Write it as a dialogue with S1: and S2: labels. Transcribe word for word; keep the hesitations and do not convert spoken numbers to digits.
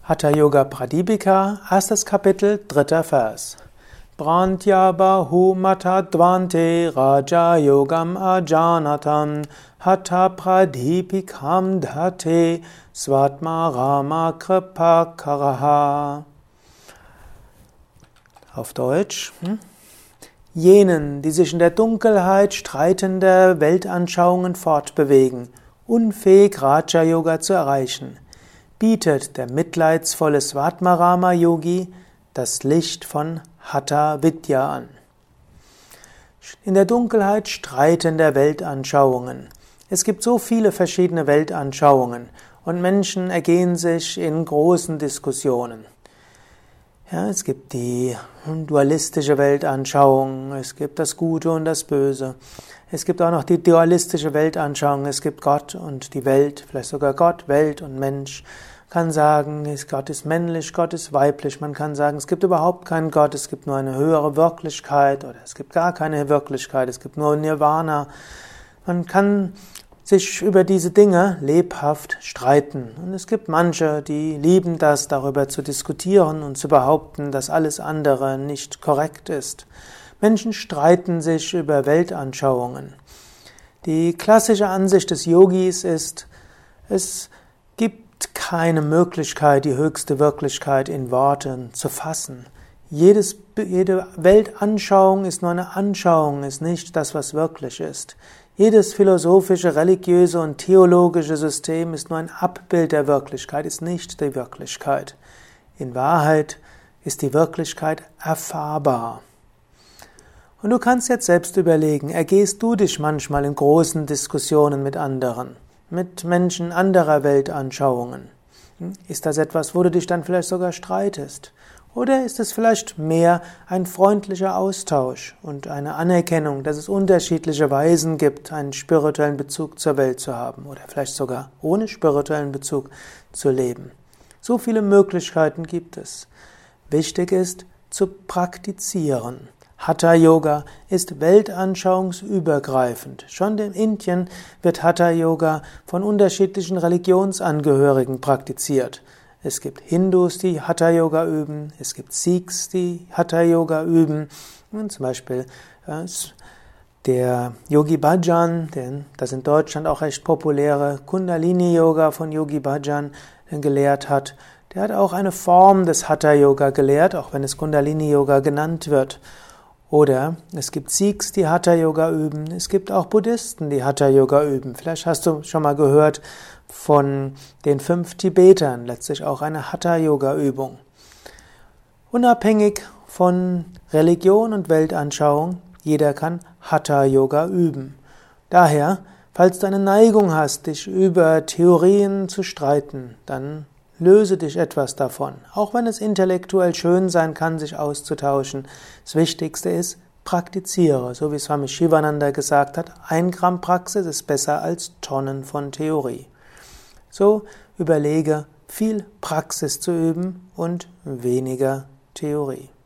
S1: Hatha Yoga Pradipika, erstes Kapitel, dritter Vers. Brantya bahu matadvante raja yogam ajanatam hatha pradipikam dhate svatma rama kripakaraha. Auf Deutsch. Hm? Jenen, die sich in der Dunkelheit streitender Weltanschauungen fortbewegen, unfähig Raja Yoga zu erreichen, bietet der mitleidsvolle Svatmarama Yogi das Licht von Hatha Vidya an. In der Dunkelheit streitender Weltanschauungen. Es gibt so viele verschiedene Weltanschauungen und Menschen ergehen sich in großen Diskussionen. Ja, es gibt die dualistische Weltanschauung, es gibt das Gute und das Böse. Es gibt auch noch die dualistische Weltanschauung, es gibt Gott und die Welt, vielleicht sogar Gott, Welt und Mensch. Man kann sagen, Gott ist männlich, Gott ist weiblich. Man kann sagen, es gibt überhaupt keinen Gott, es gibt nur eine höhere Wirklichkeit oder es gibt gar keine Wirklichkeit, es gibt nur Nirvana. Man kann sich über diese Dinge lebhaft streiten. Und es gibt manche, die lieben das, darüber zu diskutieren und zu behaupten, dass alles andere nicht korrekt ist. Menschen streiten sich über Weltanschauungen. Die klassische Ansicht des Yogis ist, es gibt keine Möglichkeit, die höchste Wirklichkeit in Worten zu fassen. Jedes, jede Weltanschauung ist nur eine Anschauung, ist nicht das, was wirklich ist. Jedes philosophische, religiöse und theologische System ist nur ein Abbild der Wirklichkeit, ist nicht die Wirklichkeit. In Wahrheit ist die Wirklichkeit erfahrbar. Und du kannst jetzt selbst überlegen, ergehst du dich manchmal in großen Diskussionen mit anderen, mit Menschen anderer Weltanschauungen? Ist das etwas, wo du dich dann vielleicht sogar streitest? Oder ist es vielleicht mehr ein freundlicher Austausch und eine Anerkennung, dass es unterschiedliche Weisen gibt, einen spirituellen Bezug zur Welt zu haben oder vielleicht sogar ohne spirituellen Bezug zu leben? So viele Möglichkeiten gibt es. Wichtig ist, zu praktizieren. Hatha Yoga ist weltanschauungsübergreifend. Schon in Indien wird Hatha Yoga von unterschiedlichen Religionsangehörigen praktiziert. Es gibt Hindus, die Hatha Yoga üben, es gibt Sikhs, die Hatha Yoga üben. Und zum Beispiel der Yogi Bhajan, das in Deutschland auch recht populäre Kundalini Yoga von Yogi Bhajan gelehrt hat, der hat auch eine Form des Hatha Yoga gelehrt, auch wenn es Kundalini Yoga genannt wird. Oder es gibt Sikhs, die Hatha Yoga üben. Es gibt auch Buddhisten, die Hatha Yoga üben. Vielleicht hast du schon mal gehört von den fünf Tibetern, letztlich auch eine Hatha Yoga Übung. Unabhängig von Religion und Weltanschauung, jeder kann Hatha Yoga üben. Daher, falls du eine Neigung hast, dich über Theorien zu streiten, dann löse dich etwas davon. Auch wenn es intellektuell schön sein kann, sich auszutauschen. Das Wichtigste ist, praktiziere. So wie Swami Shivananda gesagt hat, ein Gramm Praxis ist besser als Tonnen von Theorie. So überlege, viel Praxis zu üben und weniger Theorie.